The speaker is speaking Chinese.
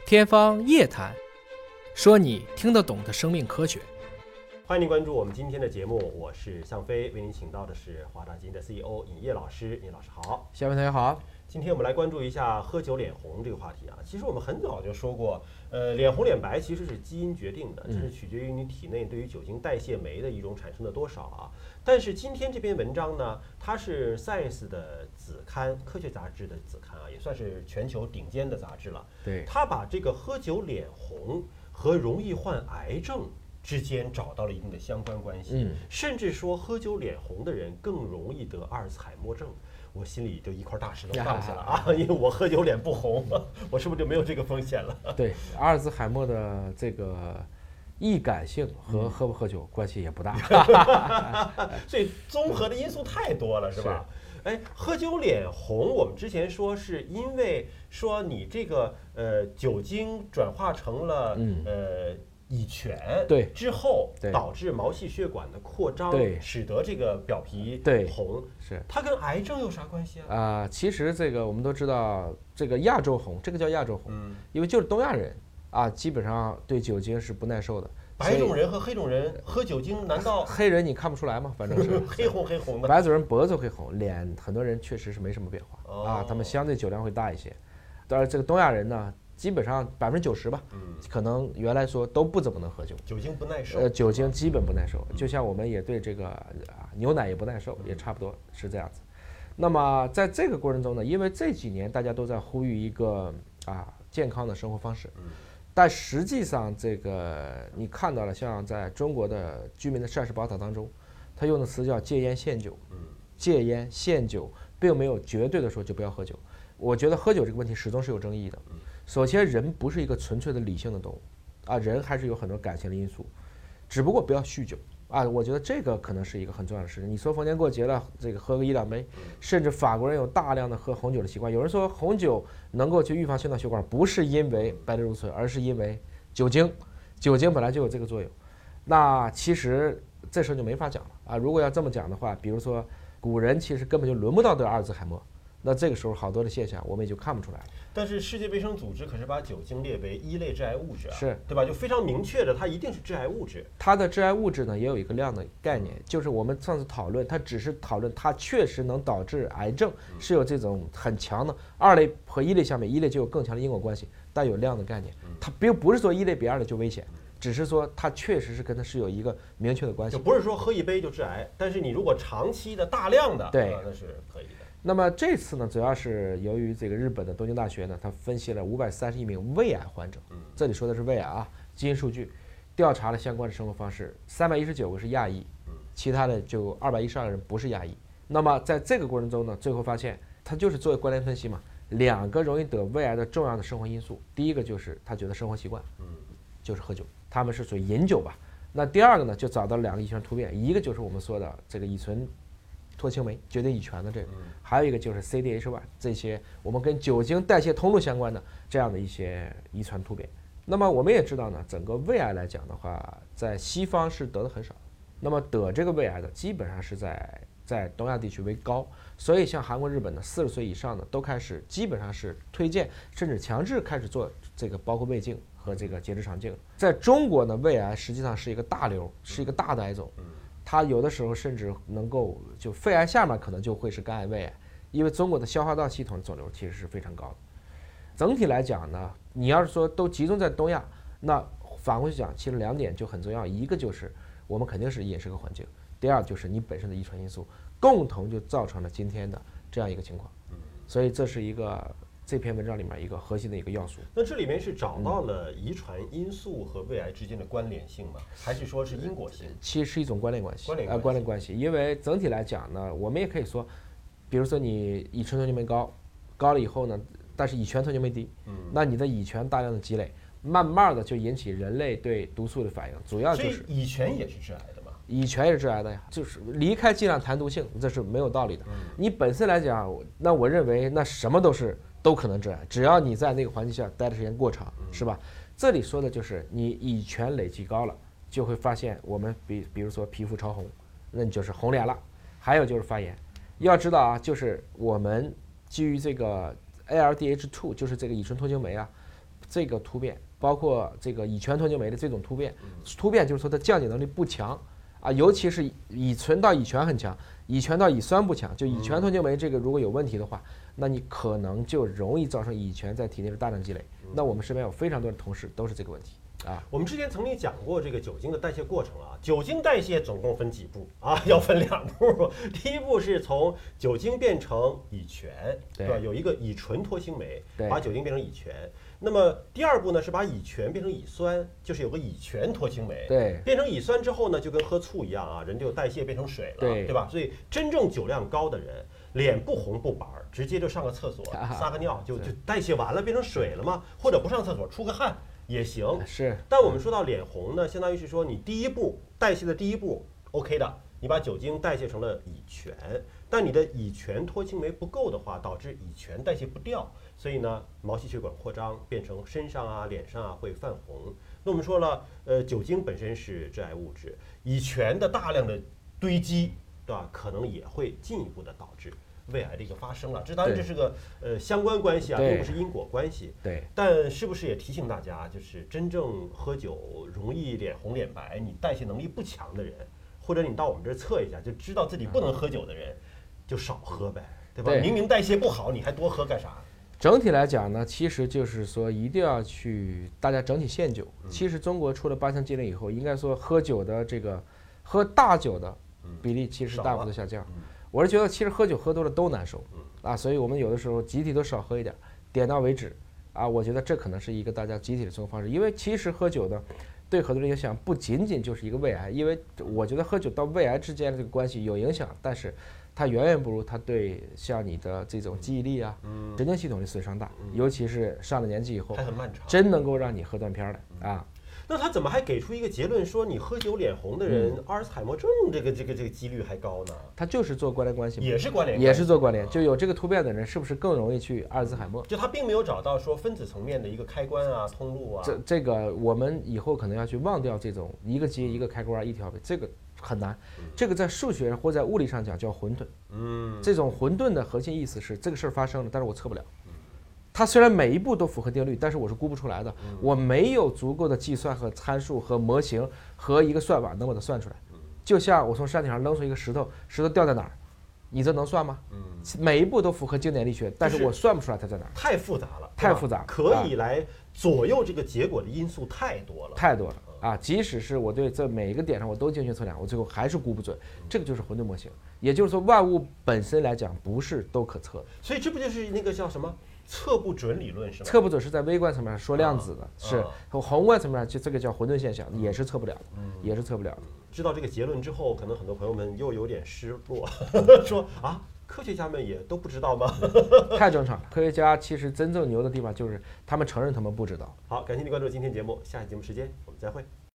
天方夜谭，说你听得懂的生命科学。 欢迎您关注我们今天的节目，我是向飞，为您请到的是华大基因的 CEO 尹烨老师。尹老师好。 下面同学好。 今天我们来关注一下喝酒脸红这个话题啊。其实我们很早就说过，脸红脸白其实是基因决定的，这是取决于你体内对于酒精代谢酶的一种产生的多少啊。但是今天这篇文章呢，它是 Science 的子刊，科学杂志的子刊啊，也算是全球顶尖的杂志了。 对， 它把这个喝酒脸红和容易患癌症之间找到了一定的相关关系，甚至说喝酒脸红的人更容易得阿尔茨海默症。我心里就一块大石头放下了啊，因为我喝酒脸不红，我是不是就没有这个风险了？ 对，阿尔茨海默的这个易感性和喝不喝酒关系也不大， 所以综合的因素太多了，是吧？哎，喝酒脸红，我们之前说是因为说你这个酒精转化成了乙醛， 对， 之后导致毛细血管的扩张， 对， 使得这个表皮红， 是它跟癌症有啥关系啊？ 其实这个我们都知道，这个亚洲红，这个叫亚洲红，因为就是东亚人啊，基本上对酒精是不耐受的。 白种人和黑种人喝酒精，难道黑人你看不出来吗？反正是黑红的。 白种人脖子会红，脸很多人确实是没什么变化啊，他们相对酒量会大一些。当然，这个东亚人呢，基本上90%吧，可能原来说都不怎么能喝酒， 酒精不耐受， 酒精基本不耐受，就像我们也对这个牛奶也不耐受，也差不多是这样子。那么在这个过程中呢，因为这几年大家都在呼吁一个健康的生活方式，但实际上这个你看到了，像在中国的居民的膳食宝塔当中，他用的词叫戒烟限酒，戒烟限酒，并没有绝对的说就不要喝酒。我觉得喝酒这个问题始终是有争议的。首先，人不是一个纯粹的理性的动物啊，人还是有很多感情的因素，只不过不要酗酒啊。我觉得这个可能是一个很重要的事情。你说逢年过节了，这个喝个1-2杯，甚至法国人有大量的喝红酒的习惯。有人说红酒能够去预防心脑血管，不是因为白藜芦醇，而是因为酒精。酒精本来就有这个作用。那其实这事就没法讲了啊。如果要这么讲的话，比如说古人其实根本就轮不到得阿尔兹海默。那这个时候好多的现象我们也就看不出来了。 但是世界卫生组织可是把酒精列为1类致癌物质啊， 是对吧？就非常明确的，它一定是致癌物质。 它的致癌物质呢，也有一个量的概念，就是我们上次讨论，它只是讨论它确实能导致癌症，是有这种很强的2类和1类相比，1类就有更强的因果关系，但有量的概念。它并不是说1类比2类就危险，只是说它确实是跟它是有一个明确的关系。 就不是说喝一杯就致癌，但是你如果长期的大量的， 对， 那是可以的。 那么这次呢，主要是由于这个日本的东京大学呢，它分析了531名胃癌患者，这里说的是胃癌啊，基因数据，调查了相关的生活方式，319个是亚裔，其他的就212个人不是亚裔。那么在这个过程中呢，最后发现它就是作为关联分析嘛，2个容易得胃癌的重要的生活因素，第一个就是他觉得生活习惯，就是喝酒，他们是属于饮酒吧。那第二个呢，就找到了2个遗传突变，一个就是我们说的这个乙醇脱氢酶决定乙醛的这个，还有一个就是 CDH1 这些我们跟酒精代谢通路相关的这样的一些遗传突变。那么我们也知道呢，整个胃癌来讲的话，在西方是得的很少，那么得这个胃癌的基本上是在东亚地区为高，所以像韩国、日本的40岁以上的都开始基本上是推荐甚至强制开始做这个包括胃镜和这个结直肠镜。在中国呢，胃癌实际上是一个大瘤，是一个大的癌种。它有的时候甚至能够就肺癌下面可能就会是肝癌、胃癌，因为中国的消化道系统肿瘤其实是非常高的。整体来讲呢，你要是说都集中在东亚，那反过去讲，其实2点就很重要，一个就是我们肯定是饮食和环境，第二就是你本身的遗传因素，共同就造成了今天的这样一个情况。所以这是一个这篇文章里面一个核心的一个要素。 那这里面是找到了遗传因素和胃癌之间的关联性吗？还是说是因果性？ 其实是一种关联关系。关联关系。因为整体来讲呢，我们也可以说，比如说你乙醇脱氢酶高了以后呢，但是乙醛脱氢酶低，那你的乙醛大量的积累，慢慢的就引起人类对毒素的反应，主要就是。 所以乙醛也是致癌的吗？ 乙醛也是致癌的呀，就是离开剂量谈毒性，这是没有道理的。你本身来讲，那我认为那什么都可能致癌，只要你在那个环境下待的时间过长，是吧？这里说的就是你乙醛累积高了，就会发现我们比如说皮肤潮红，那你就是红脸了，还有就是发炎。要知道啊，就是我们基于这个 ALDH2，就是这个乙醇脱氢酶啊， 这个突变，包括这个乙醛脱氢酶的这种突变，突变就是说它降解能力不强啊，尤其是乙醇到乙醛很强，乙醛到乙酸不强，就乙醛脱氢酶这个如果有问题的话，那你可能就容易造成乙醛在体内的大量积累。那我们身边有非常多的同事都是这个问题。 我们之前曾经讲过这个酒精的代谢过程啊，酒精代谢总共分几步啊？要分2步。第一步是从酒精变成乙醛，对吧？有一个乙醇脱氢酶把酒精变成乙醛。那么第2步呢是把乙醛变成乙酸，就是有个乙醛脱氢酶， 对， 变成乙酸之后呢，就跟喝醋一样啊，人就代谢变成水了，对吧？所以真正酒量高的人，脸不红不白，直接就上个厕所撒个尿就代谢完了，变成水了嘛，或者不上厕所出个汗也行。 是， 但我们说到脸红呢，相当于是说你第一步代谢的第一步 OK 的，你把酒精代谢成了乙醛，但你的乙醛脱氢酶不够的话，导致乙醛代谢不掉，所以呢，毛细血管扩张，变成身上啊、脸上啊会泛红。那我们说了，酒精本身是致癌物质，乙醛的大量的堆积，对吧？可能也会进一步的导致胃癌的一个发生了。这当然这是个相关关系啊，并不是因果关系。 对。 但是不是也提醒大家，就是真正喝酒容易脸红脸白，你代谢能力不强的人，或者你到我们这儿测一下，就知道自己不能喝酒的人，就少喝呗，对吧？明明代谢不好，你还多喝干啥？ 整体来讲呢，其实就是说一定要去大家整体限酒。其实中国出了8项禁令以后，应该说喝酒的这个喝大酒的比例其实是大幅的下降。我是觉得其实喝酒喝多了都难受啊，所以我们有的时候集体都少喝一点，点到为止啊。我觉得这可能是一个大家集体的生活方式，因为其实喝酒呢，对很多人影响不仅仅就是一个胃癌，因为我觉得喝酒到胃癌之间的这个关系有影响，但是它远远不如它对像你的这种记忆力啊、神经系统的损伤大，尤其是上了年纪以后， 还很漫长， 真能够让你喝断片来啊。 那他怎么还给出一个结论说你喝酒脸红的人，阿尔茨海默症这个几率还高呢？ 他就是做关联关系， 也是关联， 也是做关联，就有这个突变的人是不是更容易去阿尔茨海默？ 就他并没有找到说分子层面的一个开关啊、通路啊。 这个我们以后可能要去忘掉这种一个基因一个开关一条这个很难。这个在数学或在物理上讲叫混沌。这种混沌的核心意思是这个事儿发生了，但是我测不了。它虽然每一步都符合定律，但是我是估不出来的，我没有足够的计算和参数和模型和一个算法能把它算出来。就像我从山顶上扔出一个石头，石头掉在哪儿，你这能算吗？每一步都符合经典力学，但是我算不出来它在哪儿。 太复杂了， 太复杂， 可以来左右这个结果的因素太多了， 太多了啊！即使是我对这每一个点上我都精确测量，我最后还是估不准。这个就是混沌模型，也就是说万物本身来讲不是都可测的。 所以这不就是那个叫什么？测不准理论是吧？ 测不准是在微观层面上说量子的，是从宏观层面上就这个叫混沌现象，也是测不了的，也是测不了的。 知道这个结论之后，可能很多朋友们又有点失落，说啊，科学家们也都不知道吗？ 太正常，科学家其实真正牛的地方就是他们承认他们不知道。 好，感谢您关注今天节目，下期节目时间我们再会。